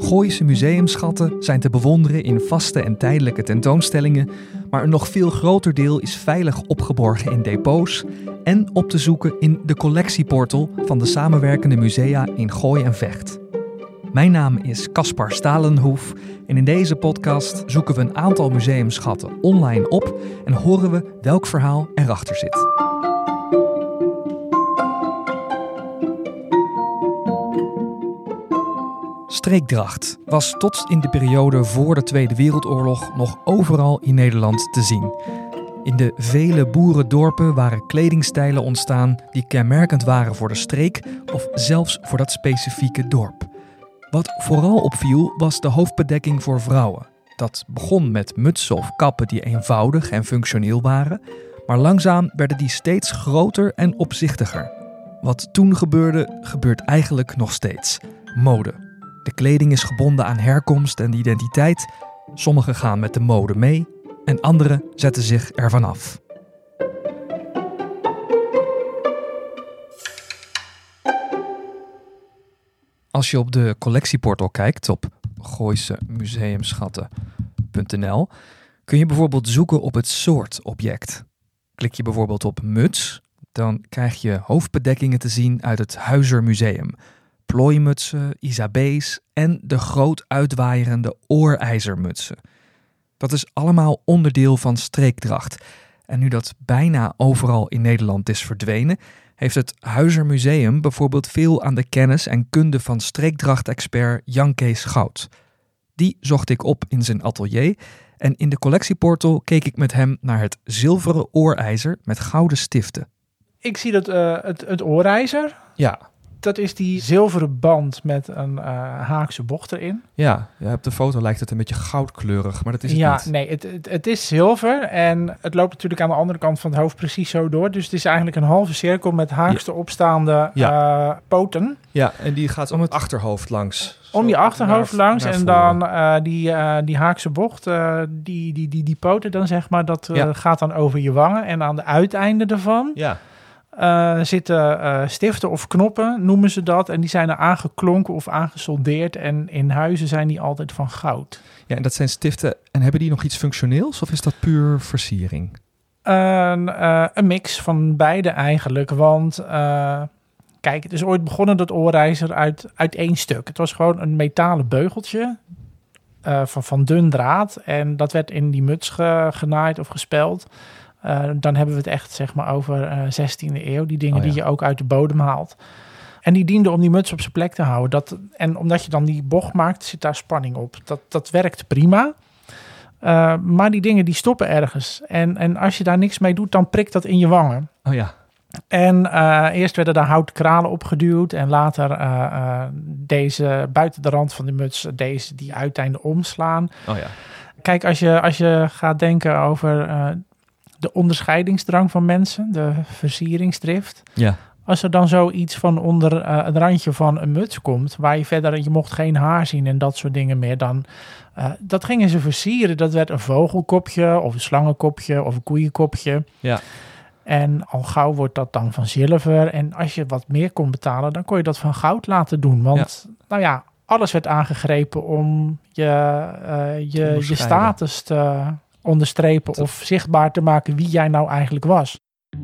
Gooise museumschatten zijn te bewonderen in vaste en tijdelijke tentoonstellingen, maar een nog veel groter deel is veilig opgeborgen in depots en op te zoeken in de collectieportal van de samenwerkende musea in Gooi en Vecht. Mijn naam is Caspar Stalenhoef en in deze podcast zoeken we een aantal museumschatten online op en horen we welk verhaal erachter zit. Streekdracht was tot in de periode voor de Tweede Wereldoorlog nog overal in Nederland te zien. In de vele boerendorpen waren kledingstijlen ontstaan die kenmerkend waren voor de streek of zelfs voor dat specifieke dorp. Wat vooral opviel was de hoofdbedekking voor vrouwen. Dat begon met mutsen of kappen die eenvoudig en functioneel waren, maar langzaam werden die steeds groter en opzichtiger. Wat toen gebeurde, gebeurt eigenlijk nog steeds. Mode. De kleding is gebonden aan herkomst en identiteit. Sommigen gaan met de mode mee en anderen zetten zich ervan af. Als je op de collectieportal kijkt op gooisemuseumschatten.nl kun je bijvoorbeeld zoeken op het soort object. Klik je bijvoorbeeld op muts, dan krijg je hoofdbedekkingen te zien uit het Huizer Museum. Plooimutsen, isabees en de groot uitwaaierende oorijzermutsen. Dat is allemaal onderdeel van streekdracht. En nu dat bijna overal in Nederland is verdwenen, heeft het Huizer Museum bijvoorbeeld veel aan de kennis en kunde van streekdracht-expert Jan Kees Goud. Die zocht ik op in zijn atelier en in de collectieportal keek ik met hem naar het zilveren oorijzer met gouden stiften. Ik zie dat het oorijzer. Ja. Dat is die zilveren band met een haakse bocht erin. Ja, op de foto lijkt het een beetje goudkleurig, maar dat is het niet. Ja, nee, het is zilver en het loopt natuurlijk aan de andere kant van het hoofd precies zo door. Dus het is eigenlijk een halve cirkel met haakse opstaande poten. Ja, en die gaat om het achterhoofd langs. Om je achterhoofd langs en dan die haakse bocht, die poten dan zeg maar, dat gaat dan over je wangen. En aan de uiteinden ervan zitten stiften of knoppen, noemen ze dat. En die zijn er aangeklonken of aangesoldeerd. En in huizen zijn die altijd van goud. Ja, en dat zijn stiften. En hebben die nog iets functioneels of is dat puur versiering? Een mix van beide eigenlijk. Want kijk, het is ooit begonnen dat oorijzer uit één stuk. Het was gewoon een metalen beugeltje van dun draad. En dat werd in die muts genaaid of gespeld. Dan hebben we het echt zeg maar over 16e eeuw. Die dingen die je ook uit de bodem haalt. En die dienden om die muts op zijn plek te houden. En omdat je dan die bocht maakt, zit daar spanning op. Dat werkt prima. Maar die dingen die stoppen ergens. En als je daar niks mee doet, dan prikt dat in je wangen. Oh ja. En eerst werden daar houten kralen opgeduwd. En later deze buiten de rand van de muts, die uiteinden omslaan. Oh ja. Kijk, als je gaat denken over de onderscheidingsdrang van mensen, de versieringsdrift. Ja. Als er dan zoiets van onder het randje van een muts komt, waar je mocht geen haar zien en dat soort dingen meer, dan dat gingen ze versieren. Dat werd een vogelkopje of een slangenkopje of een koeienkopje. Ja. En al gauw wordt dat dan van zilver. En als je wat meer kon betalen, dan kon je dat van goud laten doen. Want alles werd aangegrepen om je status te onderstrepen of zichtbaar te maken wie jij nou eigenlijk was.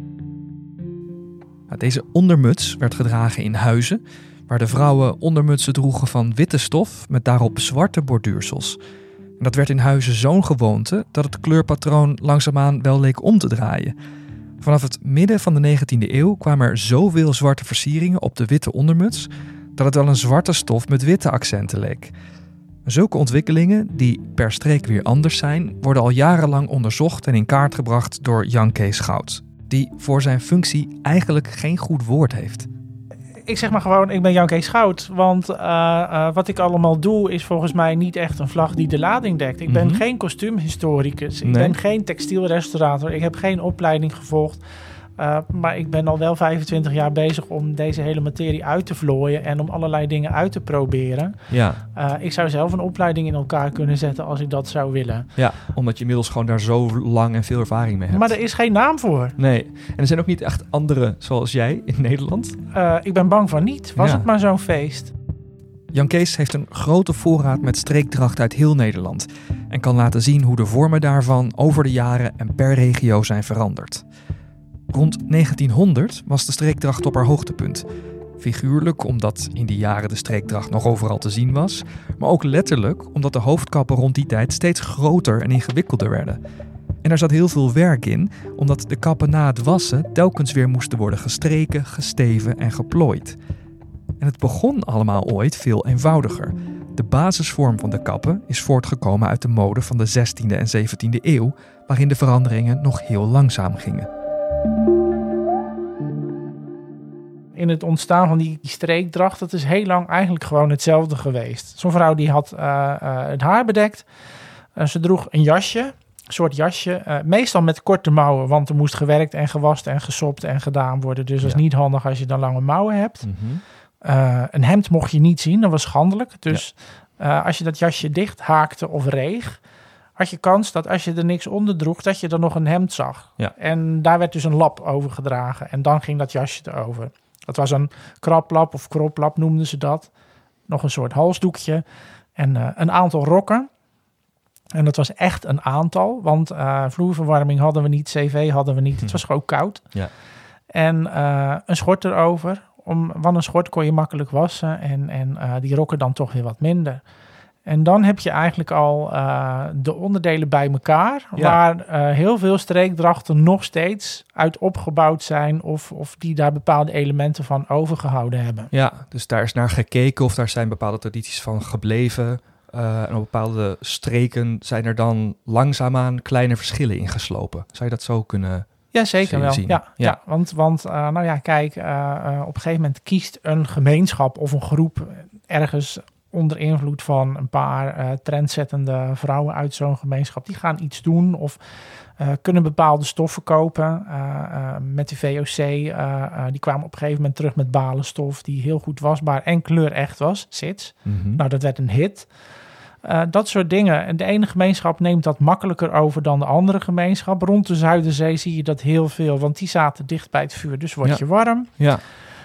Deze ondermuts werd gedragen in huizen, waar de vrouwen ondermutsen droegen van witte stof met daarop zwarte borduursels. En dat werd in huizen zo'n gewoonte dat het kleurpatroon langzaamaan wel leek om te draaien. Vanaf het midden van de 19e eeuw kwamen er zoveel zwarte versieringen op de witte ondermuts dat het wel een zwarte stof met witte accenten leek. Zulke ontwikkelingen, die per streek weer anders zijn, worden al jarenlang onderzocht en in kaart gebracht door Jan Kees Goud, die voor zijn functie eigenlijk geen goed woord heeft. Ik zeg maar gewoon, ik ben Jan Kees Goud, want wat ik allemaal doe is volgens mij niet echt een vlag die de lading dekt. Ik ben geen kostuumhistoricus, ik ben geen textielrestaurator, ik heb geen opleiding gevolgd. Maar ik ben al wel 25 jaar bezig om deze hele materie uit te vlooien en om allerlei dingen uit te proberen. Ja. Ik zou zelf een opleiding in elkaar kunnen zetten als ik dat zou willen. Ja, omdat je inmiddels gewoon daar zo lang en veel ervaring mee hebt. Maar er is geen naam voor. Nee, en er zijn ook niet echt anderen zoals jij in Nederland? Ik ben bang van niet. Was het maar zo'n feest. Jan Kees heeft een grote voorraad met streekdrachten uit heel Nederland en kan laten zien hoe de vormen daarvan over de jaren en per regio zijn veranderd. Rond 1900 was de streekdracht op haar hoogtepunt. Figuurlijk omdat in die jaren de streekdracht nog overal te zien was, maar ook letterlijk omdat de hoofdkappen rond die tijd steeds groter en ingewikkelder werden. En er zat heel veel werk in, omdat de kappen na het wassen telkens weer moesten worden gestreken, gesteven en geplooid. En het begon allemaal ooit veel eenvoudiger. De basisvorm van de kappen is voortgekomen uit de mode van de 16e en 17e eeuw, waarin de veranderingen nog heel langzaam gingen. In het ontstaan van die streekdracht, dat is heel lang eigenlijk gewoon hetzelfde geweest. Zo'n vrouw die had het haar bedekt. Ze droeg een jasje, een soort jasje. Meestal met korte mouwen, want er moest gewerkt en gewassen en gesopt en gedaan worden. Dus dat is niet handig als je dan lange mouwen hebt. Mm-hmm. Een hemd mocht je niet zien, dat was schandelijk. Dus als je dat jasje dicht haakte of reeg, had je kans dat als je er niks onder droeg, dat je er nog een hemd zag. Ja. En daar werd dus een lap over gedragen. En dan ging dat jasje erover. Dat was een kraplap of kroplap noemden ze dat. Nog een soort halsdoekje. En een aantal rokken. En dat was echt een aantal. Want vloerverwarming hadden we niet, cv hadden we niet. Het was gewoon koud. Ja. En een schort erover. Want een schort kon je makkelijk wassen. En die rokken dan toch weer wat minder. En dan heb je eigenlijk al de onderdelen bij elkaar, waar heel veel streekdrachten nog steeds uit opgebouwd zijn of die daar bepaalde elementen van overgehouden hebben. Ja, dus daar is naar gekeken of daar zijn bepaalde tradities van gebleven. En op bepaalde streken zijn er dan langzaamaan kleine verschillen ingeslopen. Zou je dat zo kunnen Ja, zeker wel. zien? Ja. Want kijk, op een gegeven moment kiest een gemeenschap of een groep ergens onder invloed van een paar trendzettende vrouwen uit zo'n gemeenschap. Die gaan iets doen of kunnen bepaalde stoffen kopen. Met de VOC, die kwamen op een gegeven moment terug met balenstof die heel goed wasbaar en kleurecht was. Sits. Mm-hmm. Nou, dat werd een hit. Dat soort dingen. En de ene gemeenschap neemt dat makkelijker over dan de andere gemeenschap. Rond de Zuiderzee zie je dat heel veel, want die zaten dicht bij het vuur, dus word je warm. Ja.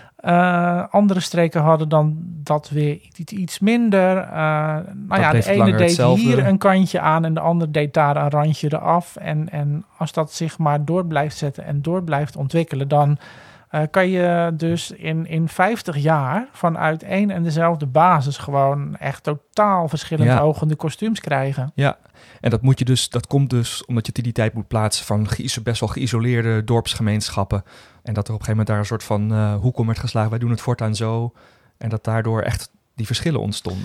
Andere streken hadden dan dat weer iets minder. De ene deed hier een kantje aan en de ander deed daar een randje eraf. En als dat zich maar door blijft zetten en door blijft ontwikkelen, dan kan je dus in 50 jaar vanuit één en dezelfde basis gewoon echt totaal verschillend ogende kostuums krijgen. Ja, en dat komt dus omdat je het in die tijd moet plaatsen van best wel geïsoleerde dorpsgemeenschappen. En dat er op een gegeven moment daar een soort van hoek om werd geslagen. Wij doen het voortaan zo. En dat daardoor echt die verschillen ontstonden.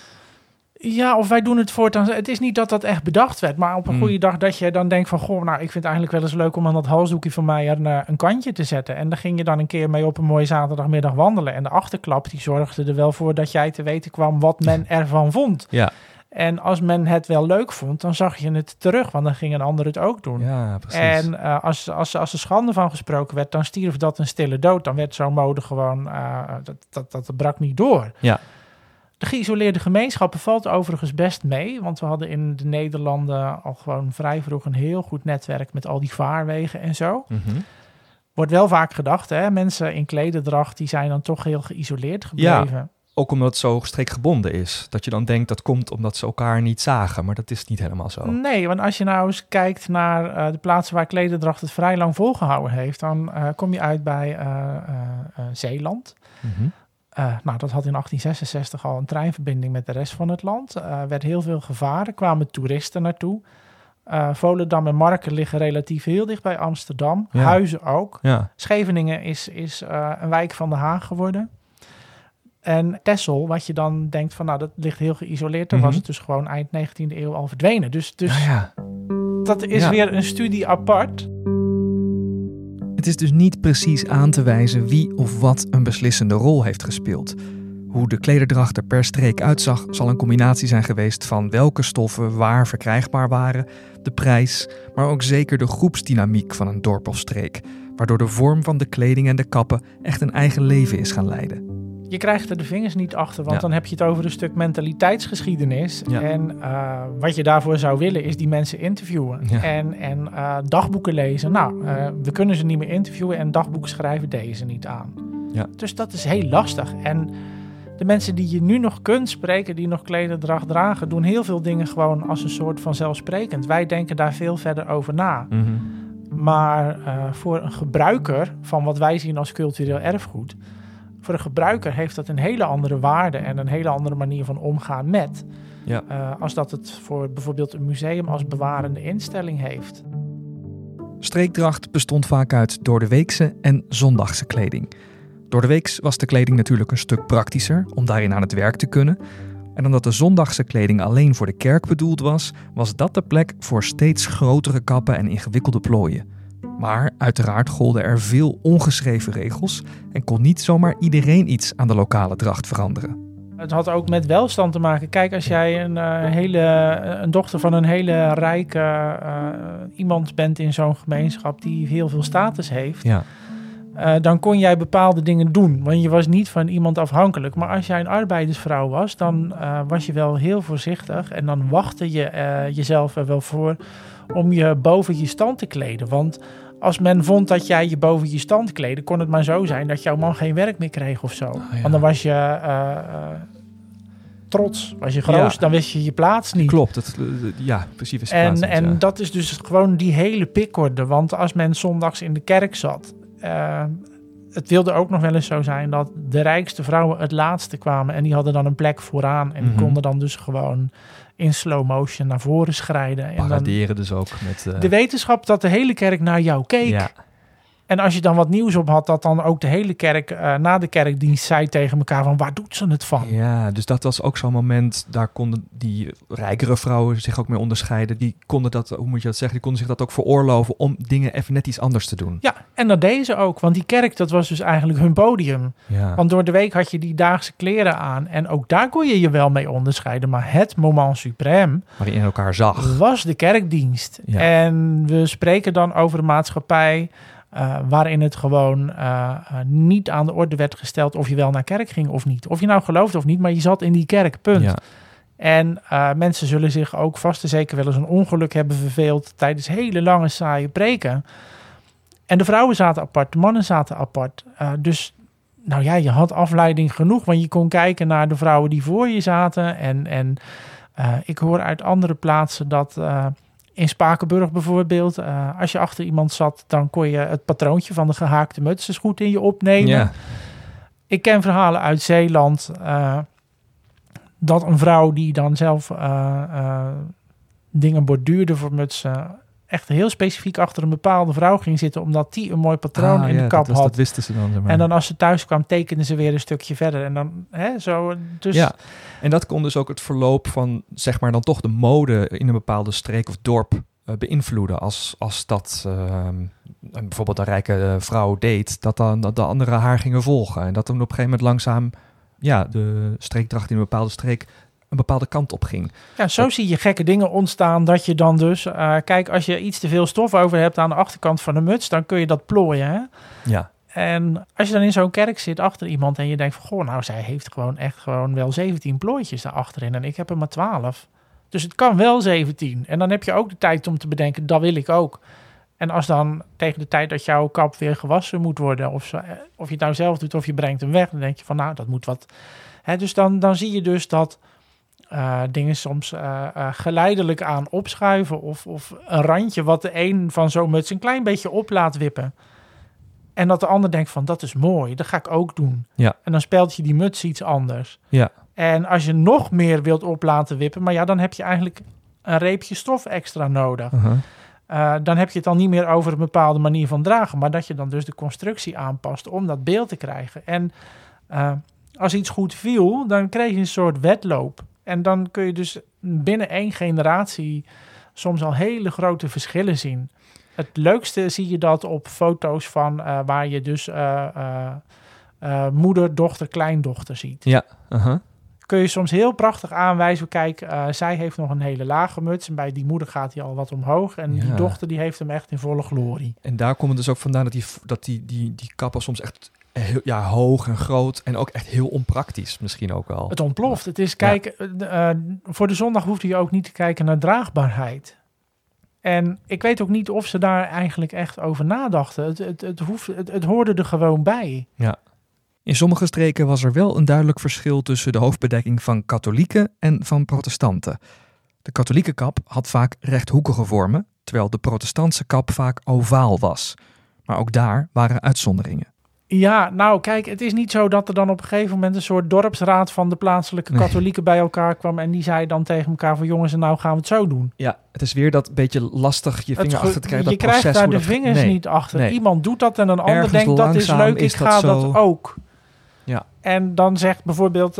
Ja, of wij doen het voortaan. Het is niet dat dat echt bedacht werd. Maar op een goede dag dat je dan denkt van, goh, nou, ik vind het eigenlijk wel eens leuk om aan dat halsdoekje van mij een kantje te zetten. En daar ging je dan een keer mee op een mooie zaterdagmiddag wandelen. En de achterklap, die zorgde er wel voor dat jij te weten kwam wat men ervan vond. Ja. En als men het wel leuk vond, dan zag je het terug, want dan ging een ander het ook doen. Ja, precies. En als er schande van gesproken werd, dan stierf dat een stille dood. Dan werd zo'n mode gewoon, dat brak niet door. Ja. De geïsoleerde gemeenschappen valt overigens best mee, want we hadden in de Nederlanden al gewoon vrij vroeg een heel goed netwerk met al die vaarwegen en zo. Mm-hmm. Wordt wel vaak gedacht, hè, mensen in klederdracht, die zijn dan toch heel geïsoleerd gebleven. Ja. Ook omdat het zo streekgebonden is. Dat je dan denkt dat komt omdat ze elkaar niet zagen. Maar dat is niet helemaal zo. Nee, want als je nou eens kijkt naar de plaatsen waar klederdracht het vrij lang volgehouden heeft, dan kom je uit bij Zeeland. Mm-hmm. Dat had in 1866 al een treinverbinding met de rest van het land. Werd heel veel gevaren, kwamen toeristen naartoe. Volendam en Marken liggen relatief heel dicht bij Amsterdam. Ja. Huizen ook. Ja. Scheveningen is een wijk van Den Haag geworden. En Texel, wat je dan denkt van, nou, dat ligt heel geïsoleerd. Dan was het dus gewoon eind 19e eeuw al verdwenen. Dus dat is weer een studie apart. Het is dus niet precies aan te wijzen wie of wat een beslissende rol heeft gespeeld. Hoe de klederdracht er per streek uitzag, zal een combinatie zijn geweest van welke stoffen waar verkrijgbaar waren, de prijs, maar ook zeker de groepsdynamiek van een dorp of streek, waardoor de vorm van de kleding en de kappen echt een eigen leven is gaan leiden. Je krijgt er de vingers niet achter, want dan heb je het over een stuk mentaliteitsgeschiedenis. Ja. En wat je daarvoor zou willen is die mensen interviewen. Ja. En dagboeken lezen. Nou, we kunnen ze niet meer interviewen en dagboeken schrijven deden ze niet aan. Ja. Dus dat is heel lastig. En De mensen die je nu nog kunt spreken, die nog klederdracht dragen, doen heel veel dingen gewoon als een soort van zelfsprekend. Wij denken daar veel verder over na. Mm-hmm. Maar voor een gebruiker van wat wij zien als cultureel erfgoed, voor een gebruiker heeft dat een hele andere waarde en een hele andere manier van omgaan met. Ja. Als dat het voor bijvoorbeeld een museum als bewarende instelling heeft. Streekdracht bestond vaak uit doordeweekse en zondagse kleding. Doordeweeks was de kleding natuurlijk een stuk praktischer om daarin aan het werk te kunnen. En omdat de zondagse kleding alleen voor de kerk bedoeld was, was dat de plek voor steeds grotere kappen en ingewikkelde plooien. Maar uiteraard golden er veel ongeschreven regels en kon niet zomaar iedereen iets aan de lokale dracht veranderen. Het had ook met welstand te maken. Kijk, als jij een dochter van een hele rijke iemand bent in zo'n gemeenschap die heel veel status heeft, Ja. Dan kon jij bepaalde dingen doen, want je was niet van iemand afhankelijk. Maar als jij een arbeidersvrouw was, dan was je wel heel voorzichtig en dan wachtte je jezelf er wel voor om je boven je stand te kleden. Want als men vond dat jij je boven je stand kleedde, kon het maar zo zijn dat jouw man geen werk meer kreeg of zo. ja. Want dan was je trots, was je groot, Ja. Dan wist je je plaats niet. Klopt, precies. En dat is dus gewoon die hele pikorde. Want als men zondags in de kerk zat, het wilde ook nog wel eens zo zijn dat de rijkste vrouwen het laatste kwamen en die hadden dan een plek vooraan en die konden dan dus gewoon in slow motion naar voren schrijden. En paraderen dus ook met de wetenschap dat de hele kerk naar jou keek. Ja. En als je dan wat nieuws op had, dat dan ook de hele kerk na de kerkdienst zei tegen elkaar van waar doet ze het van? Ja, dus dat was ook zo'n moment, daar konden die rijkere vrouwen zich ook mee onderscheiden. Die konden dat, hoe moet je dat zeggen, die konden zich dat ook veroorloven om dingen even net iets anders te doen. Ja, en dat deden ze ook, want die kerk, dat was dus eigenlijk hun podium. Ja. Want door de week had je die daagse kleren aan en ook daar kon je je wel mee onderscheiden. Maar het moment suprême Waarin je elkaar zag. was de kerkdienst. Ja. En we spreken dan over een maatschappij waarin het gewoon niet aan de orde werd gesteld of je wel naar kerk ging of niet. Of je nou geloofde of niet, maar je zat in die kerk, punt. Ja. En mensen zullen zich ook vast en zeker wel eens een ongeluk hebben verveeld tijdens hele lange saaie preken. En de vrouwen zaten apart, de mannen zaten apart. Dus nou ja, je had afleiding genoeg, want je kon kijken naar de vrouwen die voor je zaten. En ik hoor uit andere plaatsen dat in Spakenburg bijvoorbeeld, als je achter iemand zat, dan kon je het patroontje van de gehaakte muts eens goed in je opnemen. Ja. Ik ken verhalen uit Zeeland dat een vrouw die dan zelf dingen borduurde voor mutsen, echt heel specifiek achter een bepaalde vrouw ging zitten, omdat die een mooi patroon in de kap had. Dat wisten ze dan. Zeg maar. En dan als ze thuis kwam, tekenden ze weer een stukje verder. En dan, zo. Dus ja, en dat kon dus ook het verloop van, zeg maar, dan toch de mode in een bepaalde streek of dorp beïnvloeden. Als dat bijvoorbeeld een rijke vrouw deed, dat dan de anderen haar gingen volgen. En dat dan op een gegeven moment langzaam de streekdracht in een bepaalde streek een bepaalde kant op ging. Ja, zo zie je gekke dingen ontstaan dat je dan dus, kijk, als je iets te veel stof over hebt aan de achterkant van de muts, dan kun je dat plooien, hè? Ja. En als je dan in zo'n kerk zit achter iemand en je denkt van, goh, nou, zij heeft gewoon wel 17 plooitjes daarachterin en ik heb er maar 12. Dus het kan wel 17. En dan heb je ook de tijd om te bedenken, dat wil ik ook. En als dan tegen de tijd dat jouw kap weer gewassen moet worden, of je het nou zelf doet of je brengt hem weg, dan denk je van, nou, dat moet wat. Hè, dus dan zie je dus dat dingen soms geleidelijk aan opschuiven of een randje wat de een van zo'n muts een klein beetje op laat wippen. En dat de ander denkt van, dat is mooi, dat ga ik ook doen. Ja. En dan spelt je die muts iets anders. Ja. En als je nog meer wilt op laten wippen, maar ja, dan heb je eigenlijk een reepje stof extra nodig. Dan heb je het dan niet meer over een bepaalde manier van dragen, maar dat je dan dus de constructie aanpast om dat beeld te krijgen. En als iets goed viel, dan kreeg je een soort wedloop. En dan kun je dus binnen 1 generatie soms al hele grote verschillen zien. Het leukste zie je dat op foto's van waar je dus moeder, dochter, kleindochter ziet. Ja. Kun je soms heel prachtig aanwijzen. Kijk, zij heeft nog een hele lage muts en bij die moeder gaat hij al wat omhoog. En die dochter die heeft hem echt in volle glorie. En daar komt het dus ook vandaan dat die kappen soms echt heel, hoog en groot en ook echt heel onpraktisch misschien ook wel. Het ontploft. Het is, kijk, voor de zondag hoefde je ook niet te kijken naar draagbaarheid. En ik weet ook niet of ze daar eigenlijk echt over nadachten. Het hoorde er gewoon bij. Ja. In sommige streken was er wel een duidelijk verschil tussen de hoofdbedekking van katholieken en van protestanten. De katholieke kap had vaak rechthoekige vormen, terwijl de protestantse kap vaak ovaal was. Maar ook daar waren uitzonderingen. Ja, nou kijk, het is niet zo dat er dan op een gegeven moment een soort dorpsraad van de plaatselijke katholieken bij elkaar kwam en die zei dan tegen elkaar van jongens, en nou gaan we het zo doen. Ja, het is weer dat beetje lastig je vinger achter te krijgen. Je krijgt daar de vingers niet achter. Nee. Iemand doet dat en een ander denkt dat is leuk, ik ga dat ook. Ja. En dan zegt bijvoorbeeld,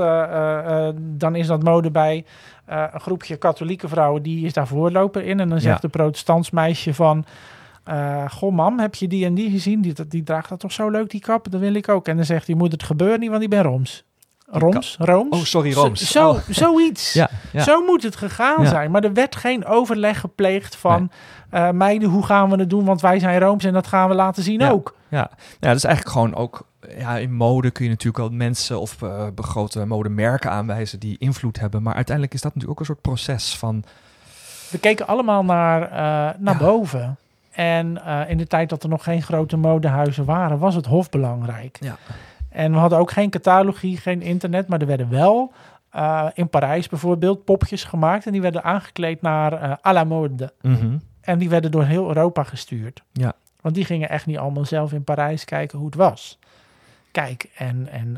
dan is dat mode bij een groepje katholieke vrouwen, die is daar voorloper in. En dan zegt de protestants meisje van, goh mam, heb je die en die gezien? Die draagt dat toch zo leuk, die kap? Dat wil ik ook. En dan zegt hij, moet het gebeuren niet, want ik ben Rooms. Rooms? Oh, sorry, Rooms. Zoiets. Ja. Zo moet het gegaan zijn. Maar er werd geen overleg gepleegd van, meiden, hoe gaan we het doen? Want wij zijn Rooms en dat gaan we laten zien ook. Ja, dat is eigenlijk gewoon ook, in mode kun je natuurlijk wel mensen of grote modemerken aanwijzen die invloed hebben. Maar uiteindelijk is dat natuurlijk ook een soort proces van... We keken allemaal naar boven. En in de tijd dat er nog geen grote modehuizen waren, was het hof belangrijk. Ja. En we hadden ook geen catalogie, geen internet, maar er werden wel in Parijs bijvoorbeeld popjes gemaakt en die werden aangekleed naar à la mode. Mm-hmm. En die werden door heel Europa gestuurd. Ja. Want die gingen echt niet allemaal zelf in Parijs kijken hoe het was. Kijk, en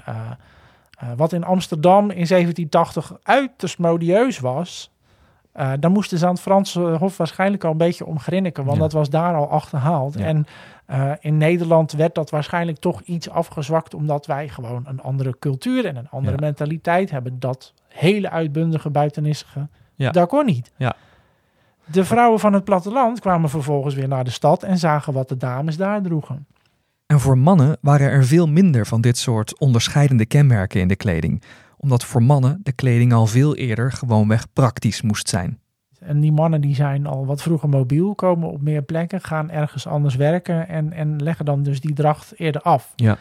wat in Amsterdam in 1780 uiterst modieus was, dan moesten ze aan het Franse hof waarschijnlijk al een beetje om grinniken, want dat was daar al achterhaald. Ja. En in Nederland werd dat waarschijnlijk toch iets afgezwakt, omdat wij gewoon een andere cultuur en een andere mentaliteit hebben. Dat hele uitbundige, buitenissige, dat kon niet. Ja. De vrouwen van het platteland kwamen vervolgens weer naar de stad en zagen wat de dames daar droegen. En voor mannen waren er veel minder van dit soort onderscheidende kenmerken in de kleding, omdat voor mannen de kleding al veel eerder gewoonweg praktisch moest zijn. En die mannen die zijn al wat vroeger mobiel, komen op meer plekken, gaan ergens anders werken en leggen dan dus die dracht eerder af. Ja.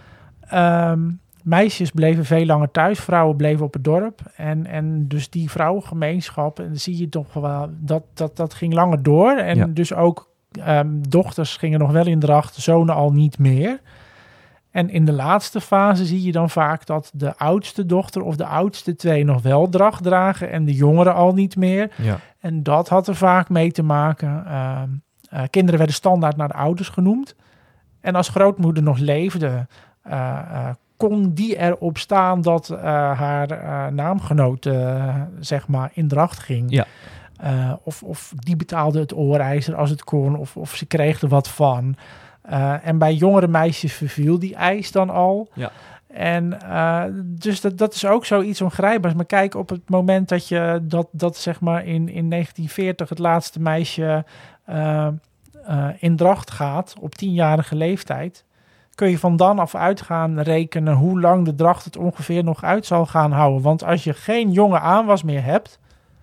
Meisjes bleven veel langer thuis, vrouwen bleven op het dorp. En dus die vrouwengemeenschap, en zie je toch wel, dat ging langer door. En dus ook dochters gingen nog wel in dracht, zonen al niet meer. En in de laatste fase zie je dan vaak dat de oudste dochter of de oudste twee nog wel dracht dragen en de jongeren al niet meer. Ja. En dat had er vaak mee te maken. Kinderen werden standaard naar de ouders genoemd. En als grootmoeder nog leefde, kon die erop staan dat haar naamgenoot zeg maar in dracht ging. Ja. Of die betaalde het oorijzer als het kon, of ze kreeg er wat van. En bij jongere meisjes verviel die eis dan al. Ja. En dus dat is ook zoiets ongrijpbaars. Maar kijk, op het moment dat je dat zeg maar in 1940 het laatste meisje in dracht gaat op 10-jarige leeftijd, kun je van dan af uitgaan rekenen hoe lang de dracht het ongeveer nog uit zal gaan houden. Want als je geen jonge aanwas meer hebt,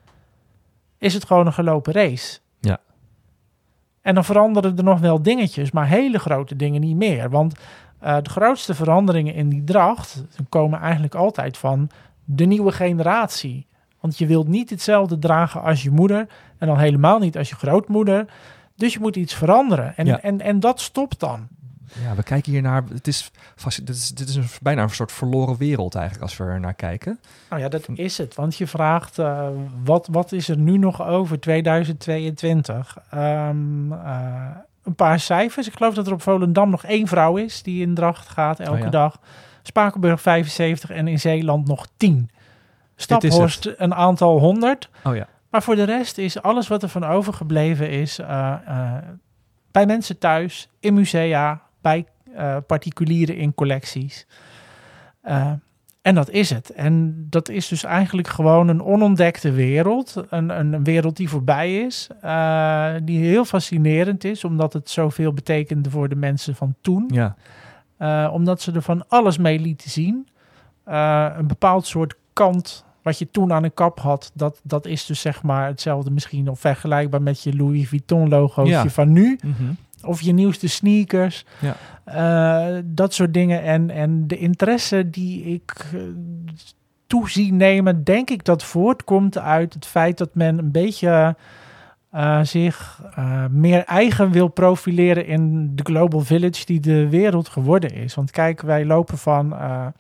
is het gewoon een gelopen race. Ja. En dan veranderen er nog wel dingetjes, maar hele grote dingen niet meer. Want de grootste veranderingen in die dracht komen eigenlijk altijd van de nieuwe generatie. Want je wilt niet hetzelfde dragen als je moeder en dan helemaal niet als je grootmoeder. Dus je moet iets veranderen. En dat stopt dan. Ja, we kijken hier naar. Dit is bijna een soort verloren wereld eigenlijk als we er naar kijken. Nou ja, dat is het. Want je vraagt, wat is er nu nog over 2022? Een paar cijfers. Ik geloof dat er op Volendam nog 1 vrouw is die in dracht gaat elke dag. Spakenburg 75 en in Zeeland nog 10. Staphorst een aantal 100. Oh ja. Maar voor de rest is alles wat er van overgebleven is bij mensen thuis, in musea, bij particulieren in collecties. En dat is het. En dat is dus eigenlijk gewoon een onontdekte wereld. Een wereld die voorbij is. Die heel fascinerend is, omdat het zoveel betekende voor de mensen van toen. Ja. Omdat ze er van alles mee lieten zien. Een bepaald soort kant wat je toen aan een kap had, dat is dus zeg maar hetzelfde misschien of vergelijkbaar met je Louis Vuitton logootje van nu. Mm-hmm. Of je nieuwste sneakers. Ja. Dat soort dingen. En de interesse die ik toe zie nemen, denk ik dat voortkomt uit het feit dat men een beetje zich meer eigen wil profileren in de global village die de wereld geworden is. Want kijk, wij lopen van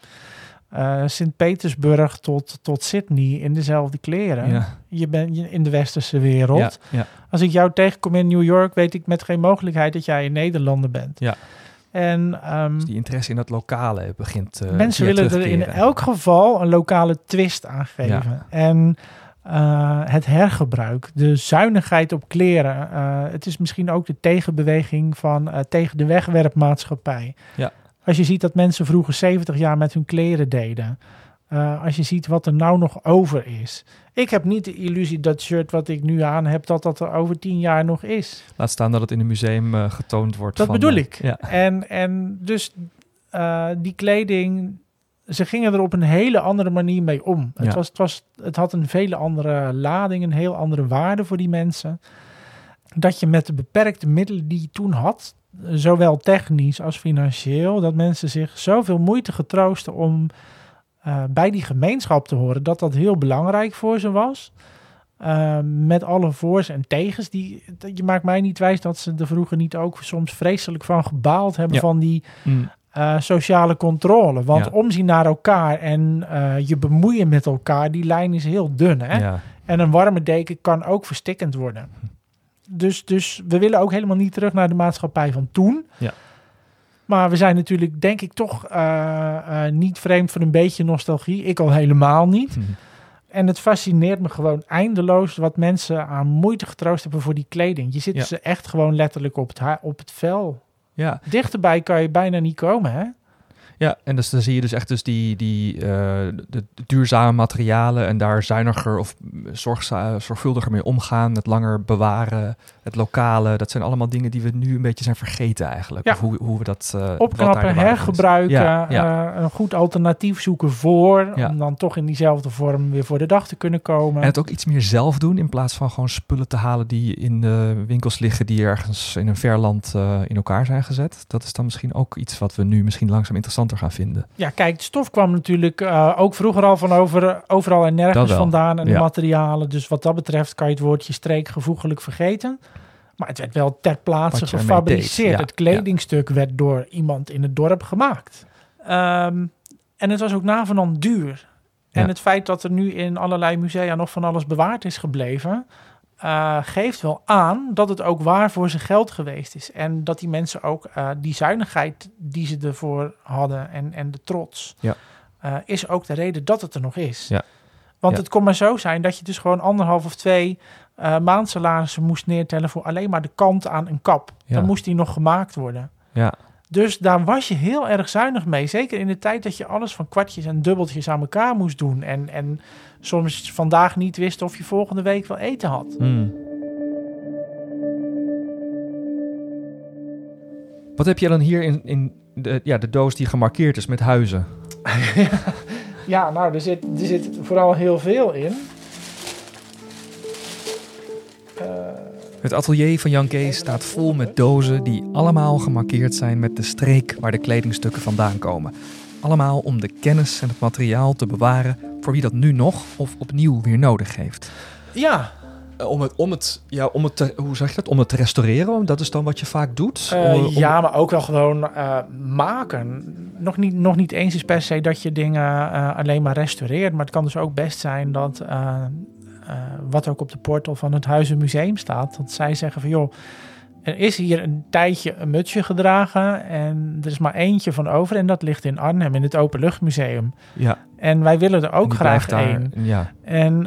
Sint-Petersburg tot Sydney in dezelfde kleren. Ja. Je bent in de westerse wereld. Ja, ja. Als ik jou tegenkom in New York, weet ik met geen mogelijkheid dat jij een Nederlander bent. Ja. En dus die interesse in het lokale begint mensen willen er in elk geval een lokale twist aan geven. Ja. En het hergebruik, de zuinigheid op kleren. Het is misschien ook de tegenbeweging van tegen de wegwerpmaatschappij. Ja. Als je ziet dat mensen vroeger 70 jaar met hun kleren deden. Als je ziet wat er nou nog over is. Ik heb niet de illusie dat shirt wat ik nu aan heb, dat er over 10 jaar nog is. Laat staan dat het in een museum getoond wordt. Dat bedoel ik. Ja. En dus die kleding, ze gingen er op een hele andere manier mee om. Ja. Het had een vele andere lading, een heel andere waarde voor die mensen. Dat je met de beperkte middelen die je toen had, zowel technisch als financieel, dat mensen zich zoveel moeite getroosten om bij die gemeenschap te horen, dat heel belangrijk voor ze was. Met alle voor's en tegens. Je maakt mij niet wijs dat ze er vroeger niet ook soms vreselijk van gebaald hebben van die sociale controle. Want omzien naar elkaar en je bemoeien met elkaar, die lijn is heel dun. Hè? Ja. En een warme deken kan ook verstikkend worden. Dus we willen ook helemaal niet terug naar de maatschappij van toen. Ja. Maar we zijn natuurlijk, denk ik, toch niet vreemd van een beetje nostalgie. Ik al helemaal niet. En het fascineert me gewoon eindeloos wat mensen aan moeite getroost hebben voor die kleding. Je zit ze echt gewoon letterlijk op het vel. Ja. Dichterbij kan je bijna niet komen, hè? Ja, en dus dan zie je dus echt dus de duurzame materialen en daar zuiniger of zorgvuldiger mee omgaan, het langer bewaren, het lokale. Dat zijn allemaal dingen die we nu een beetje zijn vergeten eigenlijk. Ja. Of hoe we dat opknappen, hergebruiken, een goed alternatief zoeken om dan toch in diezelfde vorm weer voor de dag te kunnen komen. En het ook iets meer zelf doen in plaats van gewoon spullen te halen die in de winkels liggen die ergens in een ver land in elkaar zijn gezet. Dat is dan misschien ook iets wat we nu misschien langzaam interessanter gaan vinden. Ja, kijk, de stof kwam natuurlijk ook vroeger al van overal en nergens vandaan en de materialen. Dus wat dat betreft kan je het woordje streekgevoeglijk vergeten. Maar het werd wel ter plaatse gefabriceerd. Ja, het kledingstuk werd door iemand in het dorp gemaakt. En het was ook navenant duur. En het feit dat er nu in allerlei musea nog van alles bewaard is gebleven, geeft wel aan dat het ook waar voor zijn geld geweest is. En dat die mensen ook die zuinigheid die ze ervoor hadden en de trots, is ook de reden dat het er nog is. Ja. Want het kon maar zo zijn dat je dus gewoon 1,5 of 2 maandsalarissen moest neertellen voor alleen maar de kant aan een kap. Ja. Dan moest die nog gemaakt worden. Ja. Dus daar was je heel erg zuinig mee. Zeker in de tijd dat je alles van kwartjes en dubbeltjes aan elkaar moest doen. En soms vandaag niet wist of je volgende week wel eten had. Wat heb je dan hier in de doos die gemarkeerd is met huizen? Ja, nou, er zit vooral heel veel in. Het atelier van Jan Kees staat vol met dozen die allemaal gemarkeerd zijn met de streek waar de kledingstukken vandaan komen. Allemaal om de kennis en het materiaal te bewaren voor wie dat nu nog of opnieuw weer nodig heeft. Ja. Om het te restaureren, dat is dan wat je vaak doet? Maar ook wel gewoon maken. Nog niet eens is per se dat je dingen alleen maar restaureert, maar het kan dus ook best zijn dat wat ook op de portal van het Huizenmuseum staat, dat zij zeggen van joh, er is hier een tijdje een mutsje gedragen en er is maar eentje van over en dat ligt in Arnhem in het Openluchtmuseum. Ja. En wij willen er ook graag één. Ja. En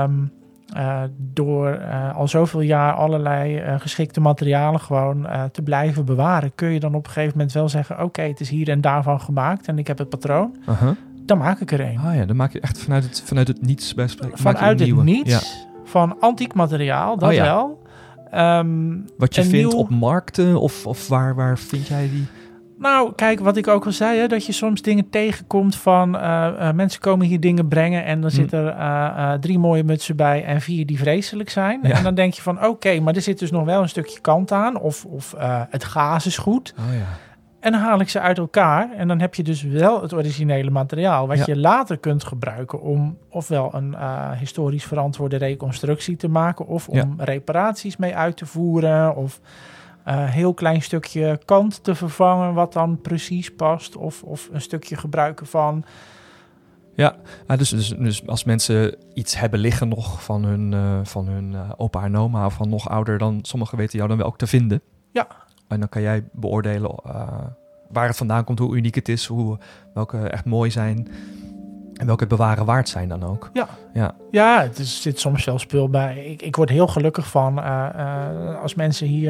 door al zoveel jaar allerlei geschikte materialen gewoon te blijven bewaren, kun je dan op een gegeven moment wel zeggen, oké, het is hier en daarvan gemaakt en ik heb het patroon. Dan maak ik er een. Dan maak je echt vanuit het niets bij spreken. Vanuit het niets, van antiek materiaal, dat wel. Wat je vindt op markten of waar vind jij die? Nou, kijk, wat ik ook al zei, hè, dat je soms dingen tegenkomt van mensen komen hier dingen brengen en dan zitten er 3 mooie mutsen bij en 4 die vreselijk zijn. Ja. En dan denk je van oké, maar er zit dus nog wel een stukje kant aan of het gaas is goed. Oh ja. En dan haal ik ze uit elkaar. En dan heb je dus wel het originele materiaal. Wat je later kunt gebruiken om ofwel een historisch verantwoorde reconstructie te maken. Of om reparaties mee uit te voeren. Of heel klein stukje kant te vervangen wat dan precies past. Of een stukje gebruiken van. Ja, dus als mensen iets hebben liggen nog van hun opa en oma of van nog ouder, dan sommigen weten jou dan wel ook te vinden. Ja. En dan kan jij beoordelen waar het vandaan komt, hoe uniek het is, welke echt mooi zijn en welke het bewaren waard zijn dan ook. Ja, het zit soms zelfs spul bij. Ik word heel gelukkig van als mensen hier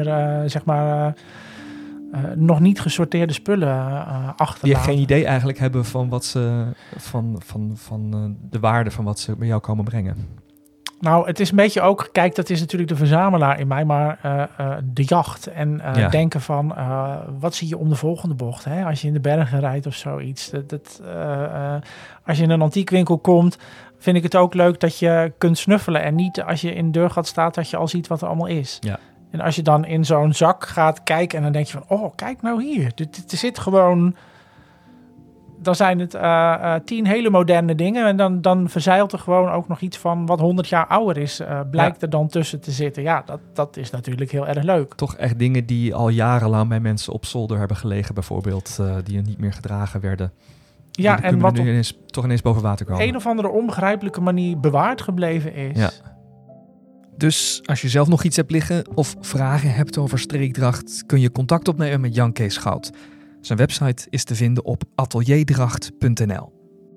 nog niet gesorteerde spullen achterlaten. Die geen idee eigenlijk hebben van wat ze van de waarde van wat ze bij jou komen brengen. Nou, het is een beetje ook, kijk, dat is natuurlijk de verzamelaar in mij, maar de jacht en denken van, wat zie je om de volgende bocht? Hè? Als je in de bergen rijdt of zoiets. Als je in een antiekwinkel komt, vind ik het ook leuk dat je kunt snuffelen en niet als je in de deurgat staat dat je al ziet wat er allemaal is. Ja. En als je dan in zo'n zak gaat kijken en dan denk je van, oh, kijk nou hier. Er zit gewoon, dan zijn het 10 hele moderne dingen. En dan verzeilt er gewoon ook nog iets van wat 100 jaar ouder is. Blijkt er dan tussen te zitten. Ja, dat is natuurlijk heel erg leuk. Toch echt dingen die al jarenlang bij mensen op zolder hebben gelegen bijvoorbeeld. Die er niet meer gedragen werden. Ja, en wat nu toch ineens boven water komen. Een of andere onbegrijpelijke manier bewaard gebleven is. Ja. Dus als je zelf nog iets hebt liggen of vragen hebt over streekdracht, kun je contact opnemen met Jan Kees Schout. Zijn website is te vinden op atelierdracht.nl.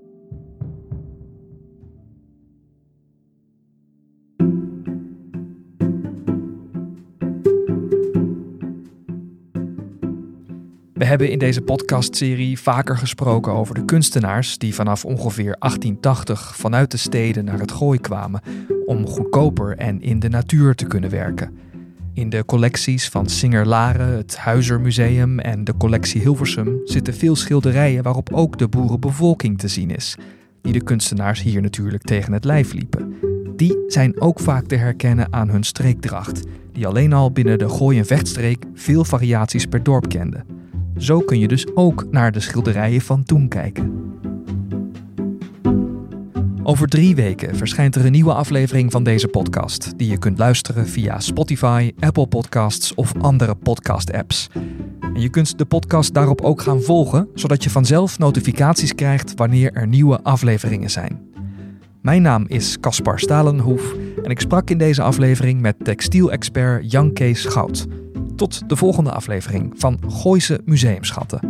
We hebben in deze podcastserie vaker gesproken over de kunstenaars die vanaf ongeveer 1880 vanuit de steden naar het Gooi kwamen om goedkoper en in de natuur te kunnen werken. In de collecties van Singer Laren, het Huizermuseum en de collectie Hilversum zitten veel schilderijen waarop ook de boerenbevolking te zien is, die de kunstenaars hier natuurlijk tegen het lijf liepen. Die zijn ook vaak te herkennen aan hun streekdracht, die alleen al binnen de Gooi- en Vechtstreek veel variaties per dorp kende. Zo kun je dus ook naar de schilderijen van toen kijken. Over 3 weken verschijnt er een nieuwe aflevering van deze podcast, die je kunt luisteren via Spotify, Apple Podcasts of andere podcast-apps. En je kunt de podcast daarop ook gaan volgen, zodat je vanzelf notificaties krijgt wanneer er nieuwe afleveringen zijn. Mijn naam is Caspar Stalenhoef en ik sprak in deze aflevering met textielexpert Jan Kees Schout. Tot de volgende aflevering van Gooise Museumschatten.